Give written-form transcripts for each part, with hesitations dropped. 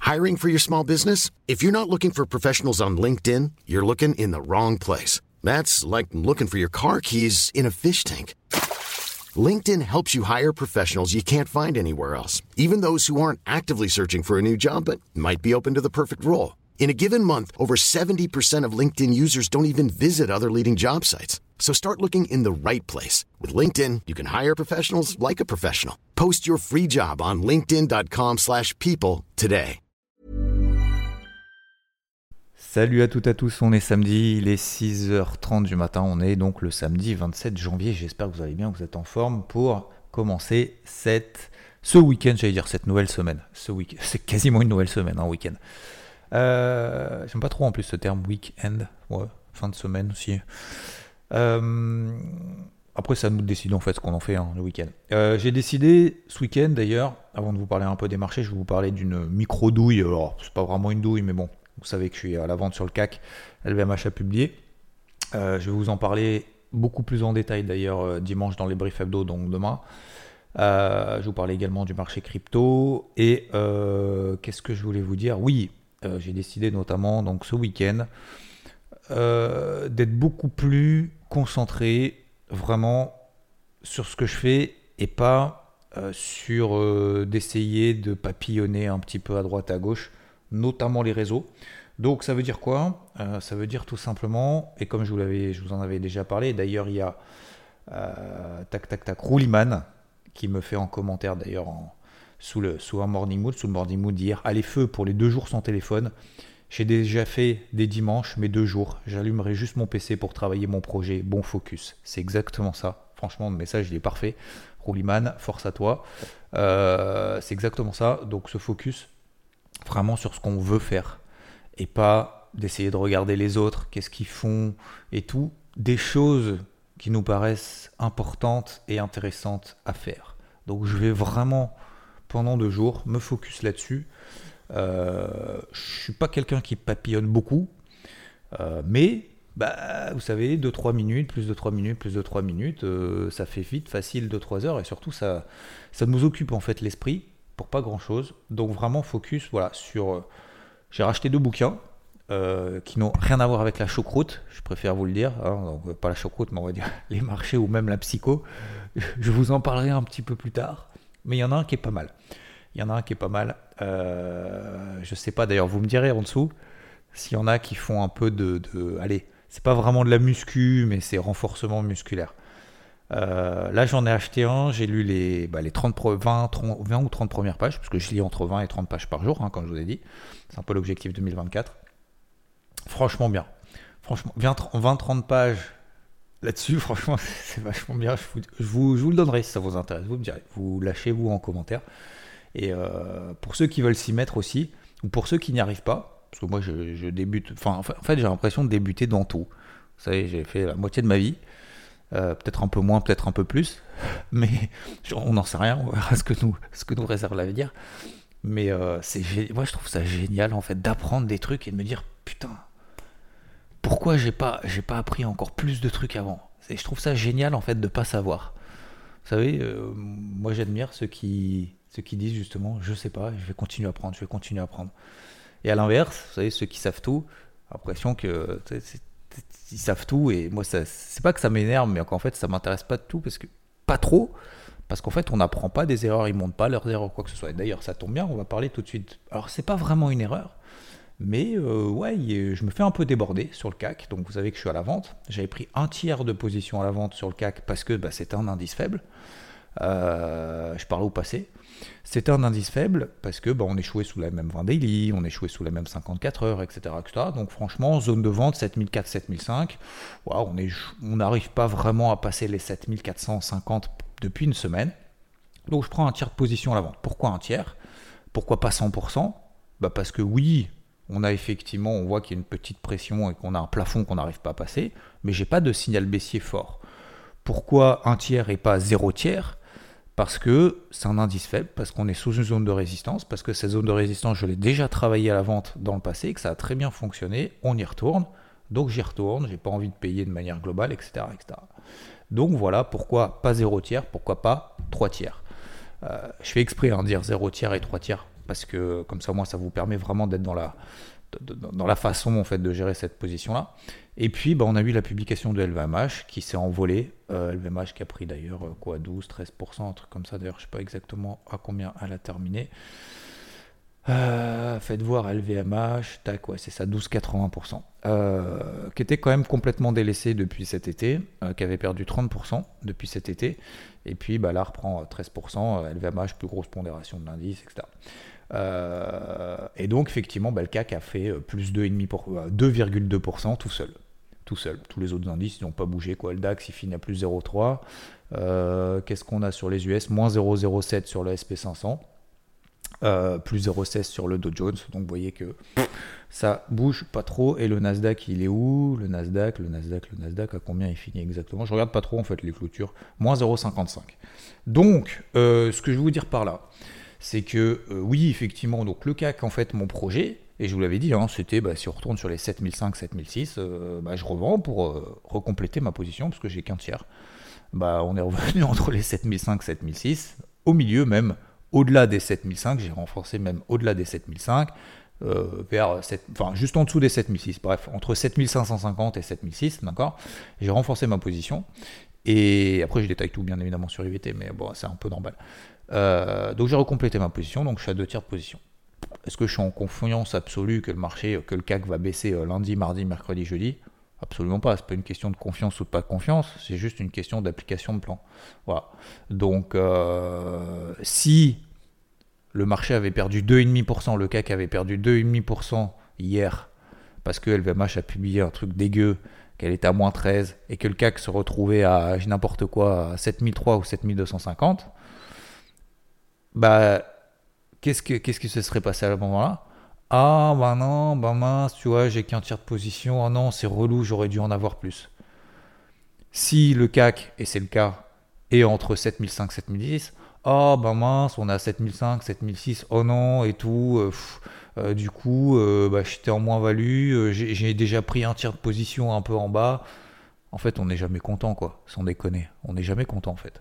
Hiring for your small business? If you're not looking for professionals on LinkedIn, you're looking in the wrong place. That's like looking for your car keys in a fish tank. LinkedIn helps you hire professionals you can't find anywhere else, even those who aren't actively searching for a new job but might be open to the perfect role. In a given month, over 70% of LinkedIn users don't even visit other leading job sites. So start looking in the right place. With LinkedIn, you can hire professionals like a professional. Post your free job on linkedin.com/people today. Salut à toutes et à tous, on est samedi, il est 6h30 du matin, on est donc le samedi 27 janvier, j'espère que vous allez bien, que vous êtes en forme pour commencer ce week-end, j'allais dire cette nouvelle semaine, c'est quasiment une nouvelle semaine, week-end. J'aime pas trop en plus ce terme week-end, ouais, fin de semaine aussi. Après c'est à nous de décider en fait ce qu'on en fait le week-end. J'ai décidé ce week-end d'ailleurs, avant de vous parler un peu des marchés, je vais vous parler d'une micro-douille, alors c'est pas vraiment une douille mais bon. Vous savez que je suis à la vente sur le CAC, LVMH a publié. Je vais vous en parler beaucoup plus en détail d'ailleurs dimanche dans les briefs hebdo, donc demain. Je vais vous parler également du marché crypto. Et qu'est-ce que je voulais vous dire ? Oui, j'ai décidé notamment donc, ce week-end d'être beaucoup plus concentré vraiment sur ce que je fais et pas sur d'essayer de papillonner un petit peu à droite à gauche, notamment les réseaux. Donc ça veut dire quoi ? Ça veut dire tout simplement, et comme je vous en avais déjà parlé, d'ailleurs il y a Rouliman qui me fait en commentaire d'ailleurs sous un morning mood, sous le morning mood d'hier, allez feu pour les 2 jours sans téléphone. J'ai déjà fait des dimanches, mais 2 jours, j'allumerai juste mon PC pour travailler mon projet, bon focus. C'est exactement ça. Franchement, le message il est parfait. Rouliman, force à toi. C'est exactement ça. Donc ce focus, vraiment sur ce qu'on veut faire et pas d'essayer de regarder les autres, qu'est-ce qu'ils font et tout, des choses qui nous paraissent importantes et intéressantes à faire. Donc je vais vraiment pendant 2 jours me focus là-dessus. Je suis pas quelqu'un qui papillonne beaucoup, mais vous savez, 2-3 minutes, plus de 3 minutes, plus de 3 minutes, ça fait vite, facile 2-3 heures et surtout ça nous occupe en fait l'esprit pour pas grand chose. Donc vraiment focus sur j'ai racheté 2 bouquins qui n'ont rien à voir avec la choucroute, je préfère vous le dire, donc pas la choucroute mais on va dire les marchés ou même la psycho. Je vous en parlerai un petit peu plus tard, mais il y en a un qui est pas mal. Je sais pas d'ailleurs, vous me direz en dessous s'il y en a qui font un peu allez, c'est pas vraiment de la muscu mais c'est renforcement musculaire. Là j'en ai acheté un, j'ai lu les 20 ou 30 premières pages, parce que je lis entre 20 et 30 pages par jour, comme je vous ai dit, c'est un peu l'objectif 2024. Franchement bien, 20-30 pages là-dessus, franchement c'est vachement bien, je vous le donnerai si ça vous intéresse, vous me direz, vous lâchez-vous en commentaire. Et pour ceux qui veulent s'y mettre aussi, ou pour ceux qui n'y arrivent pas, parce que moi je débute, en fait j'ai l'impression de débuter dans tout, vous savez j'ai fait la moitié de ma vie, peut-être un peu moins, peut-être un peu plus, mais on n'en sait rien, on verra ce que nous réserve l'avenir. Mais moi je trouve ça génial en fait d'apprendre des trucs et de me dire putain, pourquoi j'ai pas appris encore plus de trucs avant. Et je trouve ça génial en fait de pas savoir. Vous savez, moi j'admire ceux qui disent justement je sais pas, je vais continuer à apprendre. Et à l'inverse, vous savez, ceux qui savent tout, j'ai l'impression que ils savent tout, et moi c'est pas que ça m'énerve, mais qu'en fait ça m'intéresse pas de tout, parce qu'en fait on n'apprend pas des erreurs, ils montrent pas leurs erreurs, quoi que ce soit. Et d'ailleurs ça tombe bien, on va parler tout de suite. Alors c'est pas vraiment une erreur, mais je me fais un peu déborder sur le CAC. Donc vous savez que je suis à la vente, j'avais pris 1/3 de position à la vente sur le CAC parce que c'était un indice faible. Je parlais au passé. C'était un indice faible parce que on échouait sous la même 20 daily, on échouait sous la même 54 heures, etc. Donc franchement, zone de vente 7004, 7005, on n'arrive pas vraiment à passer les 7450 depuis une semaine. Donc je prends 1/3 de position à la vente. Pourquoi 1/3 ? Pourquoi pas 100% ? Parce que oui, on voit qu'il y a une petite pression et qu'on a un plafond qu'on n'arrive pas à passer, mais j'ai pas de signal baissier fort. Pourquoi 1/3 et pas 0/3 ? Parce que c'est un indice faible, parce qu'on est sous une zone de résistance, parce que cette zone de résistance, je l'ai déjà travaillé à la vente dans le passé, et que ça a très bien fonctionné, on y retourne, donc j'y retourne, j'ai pas envie de payer de manière globale, etc. Donc voilà pourquoi pas 0/3, pourquoi pas 3/3. Je fais exprès de dire 0/3 et 3/3 parce que comme ça, moi, ça vous permet vraiment d'être dans la façon en fait de gérer cette position-là. Et puis, on a eu la publication de LVMH qui s'est envolée. LVMH qui a pris d'ailleurs 12-13%, un truc comme ça. D'ailleurs, je ne sais pas exactement à combien elle a terminé. Faites voir LVMH, tac, ouais, c'est ça, 12,80%. Qui était quand même complètement délaissé depuis cet été, qui avait perdu 30% depuis cet été. Et puis là, reprend 13%, LVMH, plus grosse pondération de l'indice, etc. Et donc, effectivement, le CAC a fait plus 2,2% tout seul. Tout seul. Tous les autres indices n'ont pas bougé, quoi. Le DAX, il finit à plus 0,3. Qu'est-ce qu'on a sur les US ? Moins 0,07 sur le SP500. Plus 0,16 sur le Dow Jones. Donc, vous voyez que ça bouge pas trop. Et le Nasdaq, il est où ? Le Nasdaq, à combien il finit exactement ? Je regarde pas trop, en fait, les clôtures. Moins 0,55. Donc, ce que je veux vous dire par là, c'est que oui, effectivement, donc le CAC, en fait, mon projet, et je vous l'avais dit, c'était si on retourne sur les 7005, 7006, je revends pour recompléter ma position, parce que j'ai qu'un tiers. On est revenu entre les 7005, 7006, au milieu même, au-delà des 7005, j'ai renforcé même au-delà des 7005, juste en dessous des 7006, bref, entre 7550 et 7006, d'accord, j'ai renforcé ma position. Et après, je détaille tout, bien évidemment, sur IVT, mais c'est un peu normal. Donc j'ai recomplété ma position, donc je suis à 2 tiers de position. Est-ce que je suis en confiance absolue que le CAC va baisser lundi, mardi, mercredi, jeudi ? Absolument pas, c'est pas une question de confiance ou de pas de confiance, c'est juste une question d'application de plan. Voilà. Donc si le marché avait perdu 2,5%, le CAC avait perdu 2,5% hier, parce que LVMH a publié un truc dégueu, qu'elle était à moins 13, et que le CAC se retrouvait à n'importe quoi, à 7003 ou 7250, qu'est-ce qui se serait passé à ce moment-là ? Ah, non, mince, tu vois, j'ai qu'un tiers de position. Ah non, c'est relou, j'aurais dû en avoir plus. Si le CAC, et c'est le cas, est entre 7005 et 7010, ah mince, on est à 7005, 7006, oh non, et tout. Du coup, j'étais en moins-value, j'ai déjà pris un tiers de position un peu en bas. En fait, on n'est jamais content, quoi, sans déconner. On n'est jamais content, en fait.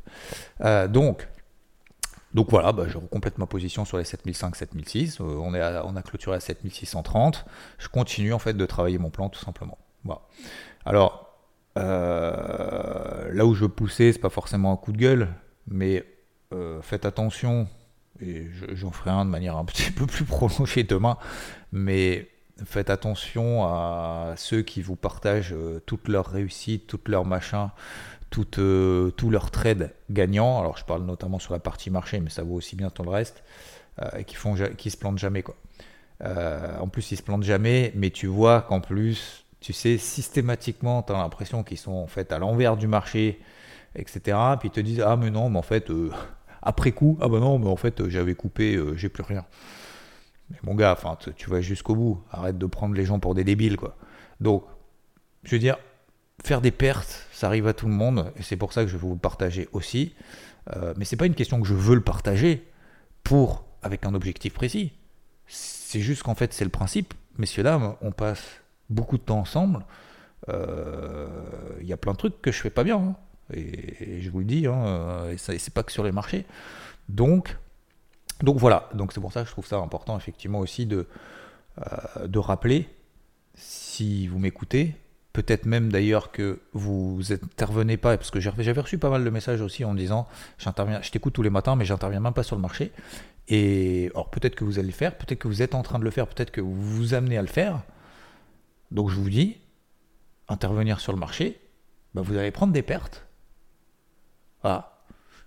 Donc voilà, je recomplète ma position sur les 7005, 7006. On a clôturé à 7630. Je continue en fait de travailler mon plan tout simplement. Voilà. Alors, là où je veux pousser, c'est pas forcément un coup de gueule, mais faites attention, et j'en ferai un de manière un petit peu plus prolongée demain, mais faites attention à ceux qui vous partagent toutes leurs réussites, toutes leurs machins, tous leurs trades gagnants. Alors je parle notamment sur la partie marché, mais ça vaut aussi bien tout le reste, qui se plantent jamais, quoi. En plus ils se plantent jamais, mais tu vois qu'en plus, tu sais, systématiquement tu as l'impression qu'ils sont en fait à l'envers du marché, etc. Puis ils te disent ah mais non, mais en fait après coup, ah bah non, mais en fait j'avais coupé, j'ai plus rien. Mais mon gars, enfin tu vas jusqu'au bout, arrête de prendre les gens pour des débiles, quoi. Donc je veux dire, faire des pertes, ça arrive à tout le monde, et c'est pour ça que je vais vous le partager aussi. Mais c'est pas une question que je veux le partager avec un objectif précis. C'est juste qu'en fait, c'est le principe. Messieurs, dames, on passe beaucoup de temps ensemble. Y a plein de trucs que je fais pas bien, hein. Et je vous le dis, hein, et c'est pas que sur les marchés. Donc voilà. Donc c'est pour ça que je trouve ça important, effectivement, aussi de rappeler, si vous m'écoutez, peut-être même d'ailleurs que vous n'intervenez pas, parce que j'avais reçu pas mal de messages aussi en me disant je t'écoute tous les matins, mais j'interviens même pas sur le marché. Et alors peut-être que vous allez le faire, peut-être que vous êtes en train de le faire, peut-être que vous vous amenez à le faire. Donc je vous dis, intervenir sur le marché, vous allez prendre des pertes. Voilà.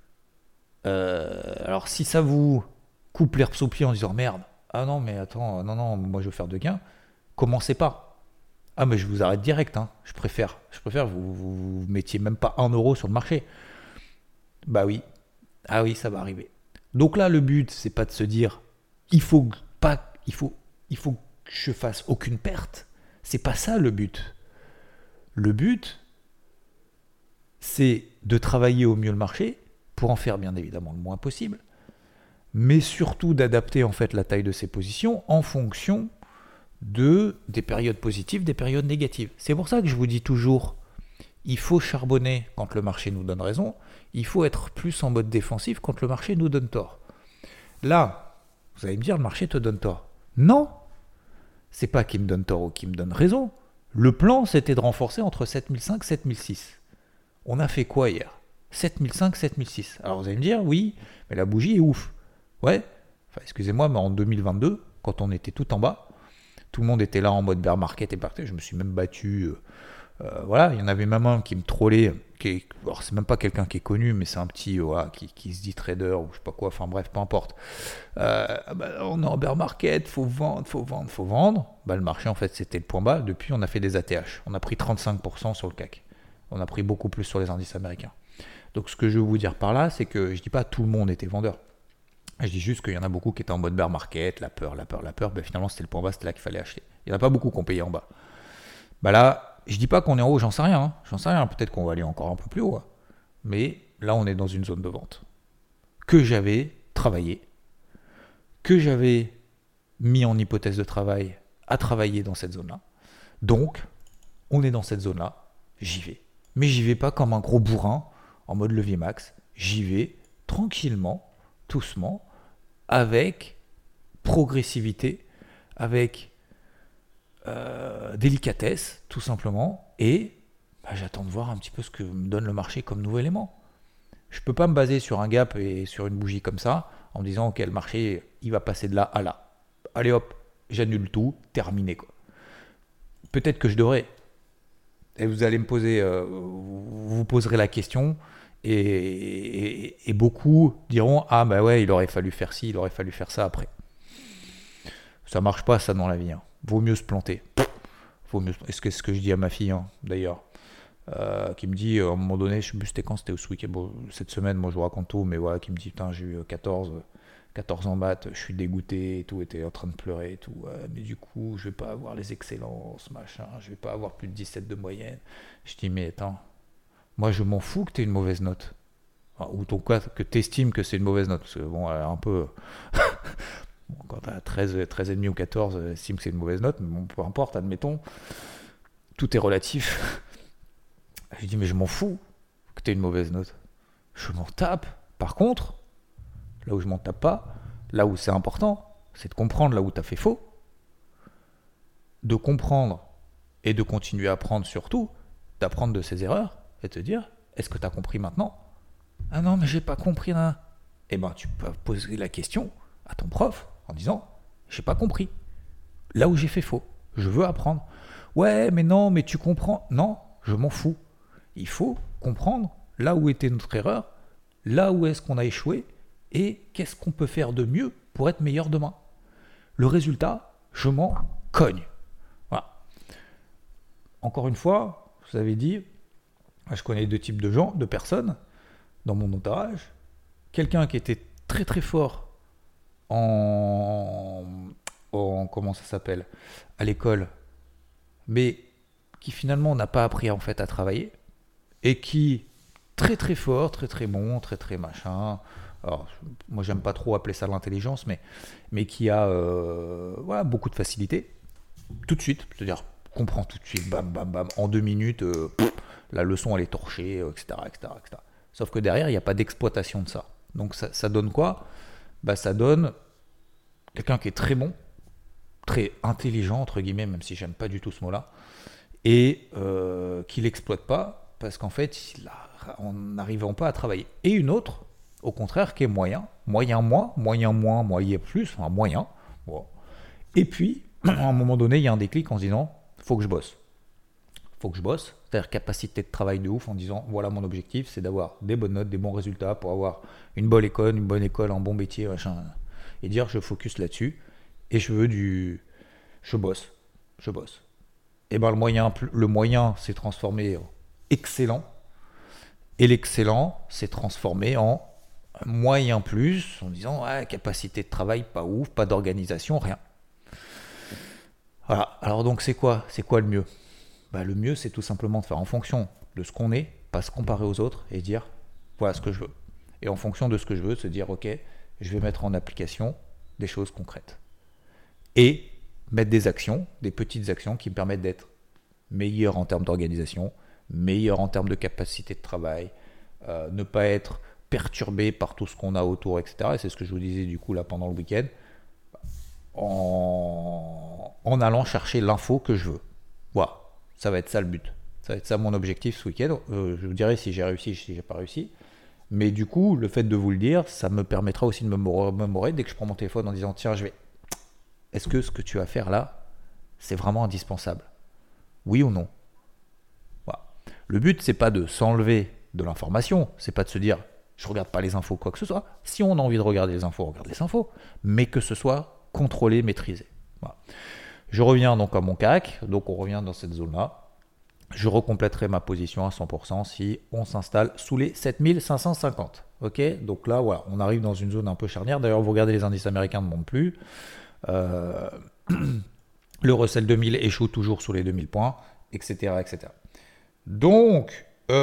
Alors si ça vous coupe l'herbe sous pied en disant merde, ah non mais attends, non, moi je veux faire de gains, commencez pas. Ah mais je vous arrête direct, hein. Je préfère vous mettiez même pas 1 euro sur le marché. Bah oui, ah oui, ça va arriver. Donc là le but c'est pas de se dire il faut que je fasse aucune perte. C'est pas ça le but. Le but c'est de travailler au mieux le marché pour en faire bien évidemment le moins possible, mais surtout d'adapter en fait la taille de ses positions en fonction des périodes positives, des périodes négatives. C'est pour ça que je vous dis toujours, il faut charbonner quand le marché nous donne raison, il faut être plus en mode défensif quand le marché nous donne tort. Là, Vous allez me dire, le marché te donne tort. Non, c'est pas qu'il me donne tort ou qu'il me donne raison. Le plan, c'était de renforcer entre 7005 et 7006. On a fait quoi hier? 7005, 7006. Alors vous allez me dire, oui, mais la bougie est ouf. Ouais, enfin excusez-moi, mais en 2022, quand on était tout en bas, tout le monde était là en mode bear market et partait. Je me suis même battu. Voilà, il y en avait même un qui me trollait. Alors c'est même pas quelqu'un qui est connu, mais c'est un petit voilà, qui se dit trader ou je sais pas quoi. Enfin bref, peu importe. On est en bear market, faut vendre, faut vendre, faut vendre. Le marché en fait c'était le point bas. Depuis on a fait des ATH. On a pris 35% sur le CAC. On a pris beaucoup plus sur les indices américains. Donc ce que je veux vous dire par là, c'est que je dis pas tout le monde était vendeur. Je dis juste qu'il y en a beaucoup qui étaient en mode bear market, la peur. Finalement, c'était le point bas, c'était là qu'il fallait acheter. Il n'y en a pas beaucoup qui ont payé en bas. Là, je dis pas qu'on est en haut, j'en sais rien. Peut-être qu'on va aller encore un peu plus haut. Hein. Mais là, on est dans une zone de vente que j'avais travaillé, que j'avais mis en hypothèse de travail à travailler dans cette zone-là. Donc, on est dans cette zone-là, j'y vais. Mais j'y vais pas comme un gros bourrin en mode levier max. J'y vais tranquillement, doucement, avec progressivité, avec délicatesse, tout simplement, et j'attends de voir un petit peu ce que me donne le marché comme nouveau élément. Je peux pas me baser sur un gap et sur une bougie comme ça, en me disant, ok, le marché, il va passer de là à là. Allez hop, j'annule tout, terminé, quoi. Peut-être que je devrais. Et vous allez me poser, vous poserez la question, et beaucoup diront, ah bah ouais, il aurait fallu faire ci, il aurait fallu faire ça après. Ça marche pas ça dans la vie. Hein. Vaut mieux se planter. Est-ce que c'est ce que je dis à ma fille, hein, d'ailleurs, qui me dit, à un moment donné, je sais plus c'était quand, c'était ce week-end, bon, cette semaine, moi je vous raconte tout, mais voilà, qui me dit, putain, j'ai eu 14 en maths, je suis dégoûté et tout, était en train de pleurer et tout, mais du coup, je vais pas avoir les excellences, machin, je vais pas avoir plus de 17 de moyenne. Je dis, mais attends, moi je m'en fous que tu aies une mauvaise note. Enfin, ou en tout cas, que tu estimes que c'est une mauvaise note, parce que bon, un peu... Bon, quand tu as 13,5 ou 14, estime que c'est une mauvaise note, mais bon, peu importe, admettons, tout est relatif. Je dis, mais je m'en fous que tu aies une mauvaise note. Je m'en tape. Par contre, là où je m'en tape pas, là où c'est important, c'est de comprendre là où tu as fait faux, de comprendre et de continuer à apprendre surtout, d'apprendre de ses erreurs et te dire, est-ce que tu as compris maintenant? Ah non, mais j'ai pas compris. Hein. Eh ben, tu peux poser la question à ton prof en disant, j'ai pas compris. Là où j'ai fait faux, je veux apprendre. Ouais, mais non, mais tu comprends. Non, je m'en fous. Il faut comprendre là où était notre erreur, là où est-ce qu'on a échoué et qu'est-ce qu'on peut faire de mieux pour être meilleur demain. Le résultat, je m'en cogne. Voilà. Encore une fois, je vous avais dit, je connais deux types de gens, de personnes dans mon entourage. Quelqu'un qui était très très fort en comment ça s'appelle, à l'école, mais qui finalement n'a pas appris en fait à travailler et qui très très fort, très très bon, très très machin. Alors moi j'aime pas trop appeler ça l'intelligence, mais qui a voilà, beaucoup de facilité tout de suite, c'est-à-dire comprend tout de suite, bam bam bam, en 2 minutes, la leçon elle est torchée, etc., etc., etc. Sauf que derrière il n'y a pas d'exploitation de ça. Donc ça donne quoi? Ça donne quelqu'un qui est très bon, très intelligent, entre guillemets, même si j'aime pas du tout ce mot-là, et qui l'exploite pas, parce qu'en fait, en n'arrivant pas à travailler. Et une autre, au contraire, qui est moyen moins, moyen plus, enfin moyen. Bon. Et puis, à un moment donné, il y a un déclic en se disant, faut que je bosse. C'est-à-dire capacité de travail de ouf en disant, voilà mon objectif, c'est d'avoir des bonnes notes, des bons résultats, pour avoir une bonne école, un bon métier, machin, et dire je focus là-dessus, et je bosse. Et le moyen s'est transformé en excellent, et l'excellent s'est transformé en moyen plus, en disant ouais, capacité de travail pas ouf, pas d'organisation, rien. Voilà, alors donc c'est quoi le mieux? Le mieux c'est tout simplement de faire en fonction de ce qu'on est, pas se comparer aux autres et dire voilà ce que je veux. Et en fonction de ce que je veux, se dire ok, je vais mettre en application des choses concrètes. Et mettre des actions, des petites actions qui me permettent d'être meilleur en termes d'organisation, meilleur en termes de capacité de travail, ne pas être perturbé par tout ce qu'on a autour, etc. Et c'est ce que je vous disais du coup là pendant le week-end. en allant chercher l'info que je veux. Voilà, ça va être ça le but. Ça va être ça mon objectif ce week-end. Je vous dirai si j'ai réussi, si j'ai pas réussi. Mais du coup, le fait de vous le dire, ça me permettra aussi de me mémorer dès que je prends mon téléphone en disant tiens, est-ce que ce que tu vas faire là, c'est vraiment indispensable? Oui ou non? Voilà. Le but, c'est pas de s'enlever de l'information, c'est pas de se dire je regarde pas les infos, quoi que ce soit. Si on a envie de regarder les infos, on regarde les infos, mais que ce soit contrôlé, maîtrisé. Voilà. Je reviens donc à mon CAC, donc on revient dans cette zone-là. Je recompléterai ma position à 100% si on s'installe sous les 7550. Ok, donc là, voilà, on arrive dans une zone un peu charnière. D'ailleurs, vous regardez les indices américains ne montent plus. Le Russell 2000 échoue toujours sous les 2000 points, etc. etc. Donc,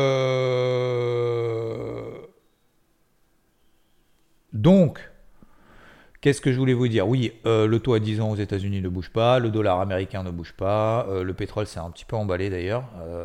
qu'est-ce que je voulais vous dire? Oui, le taux à 10 ans aux États-Unis ne bouge pas, le dollar américain ne bouge pas, le pétrole s'est un petit peu emballé d'ailleurs.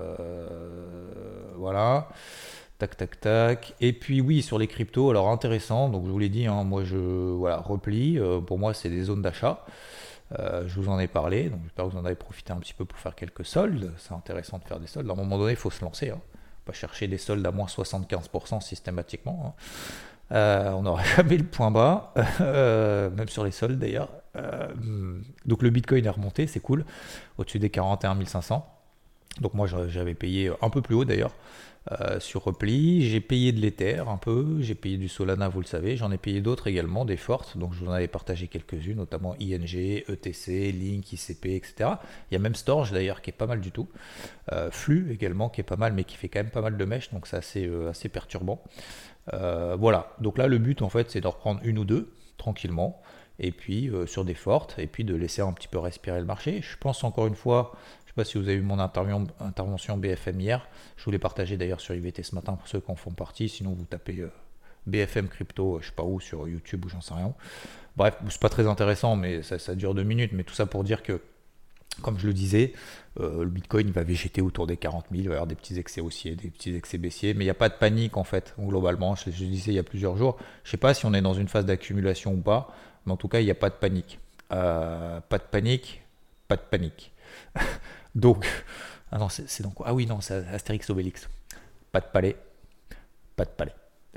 Voilà. Tac, tac, tac. Et puis oui, sur les cryptos, alors intéressant, donc je vous l'ai dit, hein, moi voilà, repli, pour moi c'est des zones d'achat. Je vous en ai parlé, donc j'espère que vous en avez profité un petit peu pour faire quelques soldes. C'est intéressant de faire des soldes. À un moment donné, il faut se lancer. Hein. Pas chercher des soldes à moins 75% systématiquement. Hein. On n'aura jamais le point bas, même sur les soldes d'ailleurs. Donc le Bitcoin est remonté, c'est cool, au-dessus des 41 500. Donc moi j'avais payé un peu plus haut d'ailleurs sur repli. J'ai payé de l'Ether un peu, j'ai payé du Solana, vous le savez. J'en ai payé d'autres également, des fortes. Donc je vous en avais partagé quelques-unes, notamment ING, ETC, Link, ICP, etc. Il y a même Storage d'ailleurs qui est pas mal du tout. Flux également qui est pas mal, mais qui fait quand même pas mal de mèches, donc c'est assez perturbant. Voilà, donc là le but en fait c'est de reprendre une ou deux tranquillement et puis sur des fortes et puis de laisser un petit peu respirer le marché. Je pense encore une fois, je ne sais pas si vous avez vu mon intervention BFM hier, je vous l'ai partagé d'ailleurs sur IVT ce matin pour ceux qui en font partie, sinon vous tapez BFM crypto, je sais pas où, sur YouTube ou j'en sais rien. Bref, c'est pas très intéressant mais ça dure 2 minutes, mais tout ça pour dire que comme je le disais, le Bitcoin il va végéter autour des 40 000, il va y avoir des petits excès haussiers, des petits excès baissiers, mais il n'y a pas de panique en fait, globalement, je disais il y a plusieurs jours, je ne sais pas si on est dans une phase d'accumulation ou pas, mais en tout cas il n'y a pas de panique. Pas de panique, pas de panique. Donc, ah non, c'est donc, ah oui non, c'est Astérix Obélix. Pas de palais, pas de palais.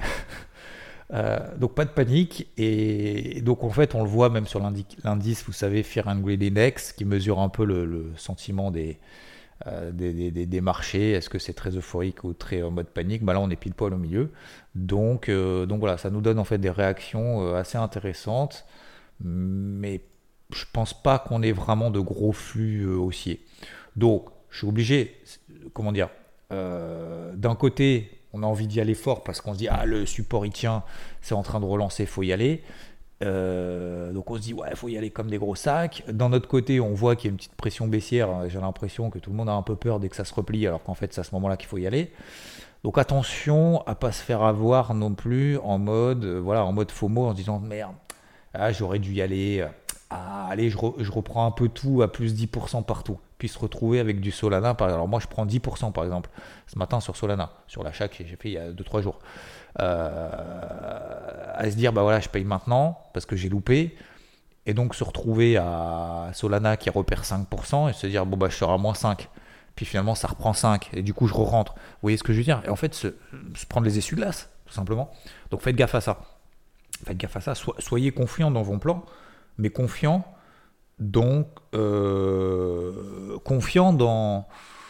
Donc pas de panique et donc en fait on le voit même sur l'indice, vous savez, Fear and Greed Index qui mesure un peu le sentiment des marchés. Est-ce que c'est très euphorique ou très en mode panique? Bah là on est pile poil au milieu, donc voilà, ça nous donne en fait des réactions assez intéressantes, mais je pense pas qu'on ait vraiment de gros flux haussiers. Donc je suis obligé, comment dire, d'un côté on a envie d'y aller fort parce qu'on se dit ah le support il tient, c'est en train de relancer, faut y aller. Donc on se dit ouais faut y aller comme des gros sacs. D'un autre côté on voit qu'il y a une petite pression baissière, j'ai l'impression que tout le monde a un peu peur dès que ça se replie alors qu'en fait c'est à ce moment là qu'il faut y aller. Donc attention à pas se faire avoir non plus en mode voilà, en mode FOMO en se disant merde, ah, j'aurais dû y aller, allez je reprends un peu tout à plus 10% partout, puis se retrouver avec du Solana. Alors moi je prends 10% par exemple ce matin sur Solana, sur l'achat que j'ai fait il y a 2-3 jours, à se dire bah voilà je paye maintenant parce que j'ai loupé, et donc se retrouver à Solana qui repère 5% et se dire bon bah je serai à moins 5, puis finalement ça reprend 5 et du coup je re-rentre. Vous voyez ce que je veux dire? Et en fait se prendre les essuie-glaces tout simplement. Donc faites gaffe à ça. Faites gaffe à ça, soyez confiants dans vos plans, mais confiants donc confiant dans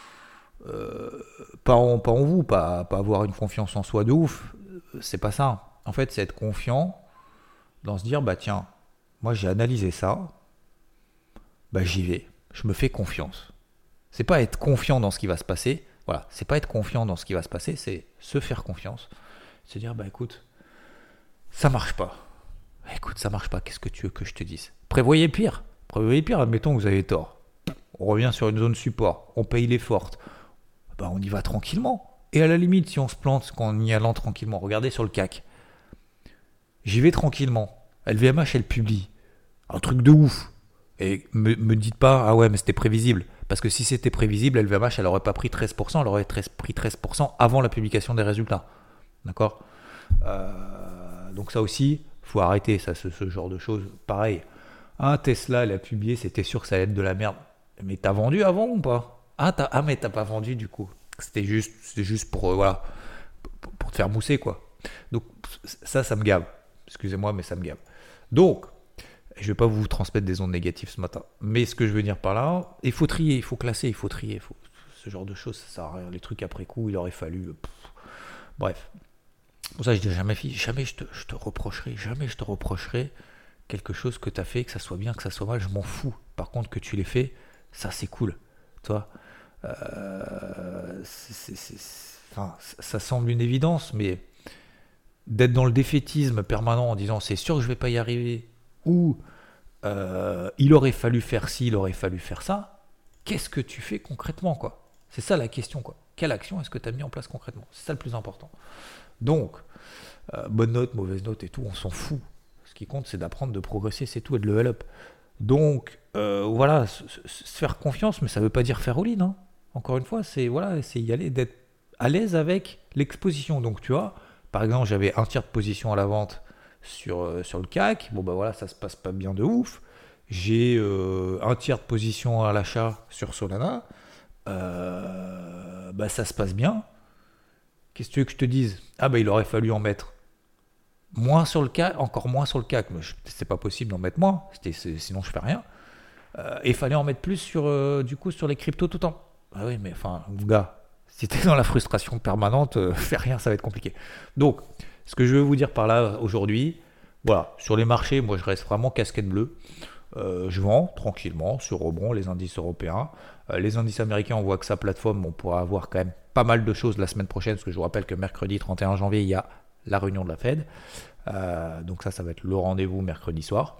pas en vous, pas avoir une confiance en soi de ouf, c'est pas ça. En fait c'est être confiant dans se dire bah tiens, moi j'ai analysé ça, bah j'y vais, je me fais confiance. C'est pas être confiant dans ce qui va se passer, voilà, c'est pas être confiant dans ce qui va se passer, c'est se faire confiance, se dire bah écoute, ça marche pas. Écoute, ça marche pas, qu'est-ce que tu veux que je te dise? Prévoyez pire, admettons que vous avez tort. On revient sur une zone support, on paye les fortes. Ben, on y va tranquillement. Et à la limite, si on se plante, qu'en y allant tranquillement, regardez sur le CAC. J'y vais tranquillement. LVMH, elle publie un truc de ouf. Et me dites pas, ah ouais, mais c'était prévisible. Parce que si c'était prévisible, LVMH, elle aurait pas pris 13%, elle aurait pris 13% avant la publication des résultats. D'accord? Donc ça aussi, faut arrêter ça, ce genre de choses. Pareil, Ah, Tesla, elle a publié, c'était sûr que ça allait être de la merde. Mais t'as vendu avant ou pas? Mais t'as pas vendu du coup. C'était juste pour, voilà, pour te faire mousser, quoi. Donc, ça me gave. Excusez-moi, mais ça me gave. Donc, je vais pas vous transmettre des ondes négatives ce matin. Mais ce que je veux dire par là, il faut trier, il faut classer, il faut trier. Ce genre de choses, ça sert à rien. Les trucs après coup, il aurait fallu. Bref. Pour ça, je dis jamais jamais je te reprocherai quelque chose que tu as fait, que ça soit bien, que ça soit mal, je m'en fous. Par contre, que tu l'aies fait, ça c'est cool. Toi, enfin, ça semble une évidence, mais d'être dans le défaitisme permanent en disant c'est sûr que je vais pas y arriver, ou il aurait fallu faire ci, il aurait fallu faire ça, qu'est-ce que tu fais concrètement, quoi? C'est ça la question, quoi. Quelle action est-ce que tu as mis en place concrètement? C'est ça le plus important. Donc, bonne note, mauvaise note et tout, on s'en fout. Ce qui compte, c'est d'apprendre, de progresser, c'est tout, et de level up. Donc, voilà, se faire confiance, mais ça ne veut pas dire faire all-in, hein. Encore une fois, c'est y aller, d'être à l'aise avec l'exposition. Donc, tu vois, par exemple, j'avais un tiers de position à la vente sur le CAC. Bon, bah voilà, ça se passe pas bien de ouf. J'ai un tiers de position à l'achat sur Solana. Bah, ça se passe bien. Qu'est-ce que tu veux que je te dise? Ah, bah, il aurait fallu en mettre moins sur le CAC, encore moins sur le CAC. Mais c'est pas possible d'en mettre moins, sinon je fais rien. Et il fallait en mettre plus du coup, sur les cryptos tout le temps. Ah oui, mais enfin, mon gars, si t'es dans la frustration permanente, fais rien, ça va être compliqué. Donc, ce que je veux vous dire par là aujourd'hui, voilà, sur les marchés, moi je reste vraiment casquette bleue. Je vends tranquillement sur rebond les indices européens. Les indices américains, on voit que sa plateforme, on pourra avoir quand même pas mal de choses la semaine prochaine, parce que je vous rappelle que mercredi 31 janvier, il y a la réunion de la Fed. Donc ça va être le rendez-vous mercredi soir.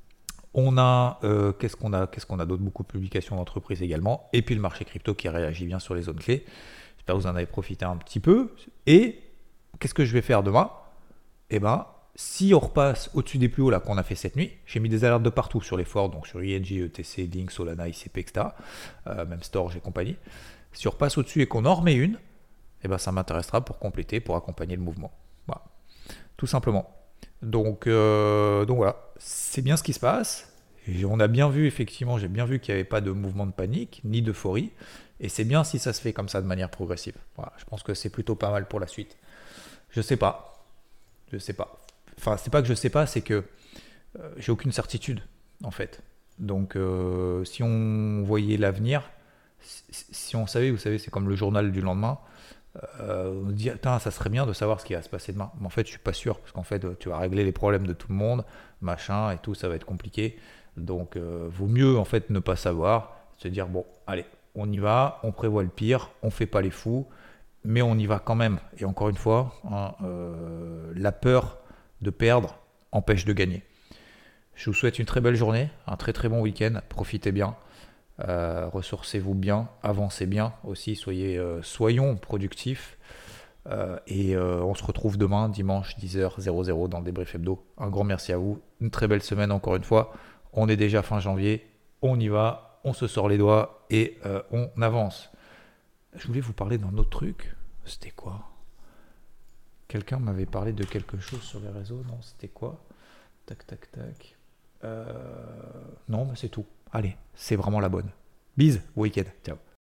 On a, qu'est-ce qu'on a d'autre? Beaucoup de publications d'entreprises également. Et puis le marché crypto qui réagit bien sur les zones clés. J'espère que vous en avez profité un petit peu. Et qu'est-ce que je vais faire demain? Eh ben, si on repasse au-dessus des plus hauts là qu'on a fait cette nuit, j'ai mis des alertes de partout sur les forts, donc sur ING, ETC, Link, Solana, ICP, etc. Même Storage et compagnie. Si on repasse au-dessus et qu'on en remet une, eh ben, ça m'intéressera pour compléter, pour accompagner le mouvement. Voilà. Tout simplement. Donc voilà, c'est bien ce qui se passe. Et on a bien vu, effectivement, j'ai bien vu qu'il n'y avait pas de mouvement de panique, ni d'euphorie. Et c'est bien si ça se fait comme ça de manière progressive. Voilà, je pense que c'est plutôt pas mal pour la suite. Je sais pas. Enfin, c'est pas que je sais pas, c'est que j'ai aucune certitude, en fait. Donc, si on voyait l'avenir, si on savait, vous savez, c'est comme le journal du lendemain. On dit, ça serait bien de savoir ce qui va se passer demain. Mais en fait, je suis pas sûr, parce qu'en fait, tu vas régler les problèmes de tout le monde, machin et tout, ça va être compliqué. Donc, vaut mieux en fait ne pas savoir, se dire bon, allez, on y va, on prévoit le pire, on fait pas les fous, mais on y va quand même. Et encore une fois, hein, la peur de perdre empêche de gagner. Je vous souhaite une très belle journée, un très très bon week-end, profitez bien. Ressourcez-vous bien, avancez bien aussi, soyons productifs. Et on se retrouve demain, dimanche 10h00 dans le débrief hebdo. Un grand merci à vous, une très belle semaine encore une fois. On est déjà fin janvier, on y va, on se sort les doigts et on avance. Je voulais vous parler d'un autre truc. C'était quoi? Quelqu'un m'avait parlé de quelque chose sur les réseaux. Non, c'était quoi? Tac, tac, tac. Non, mais c'est tout. Allez, c'est vraiment la bonne. Bise, week-end. Ciao.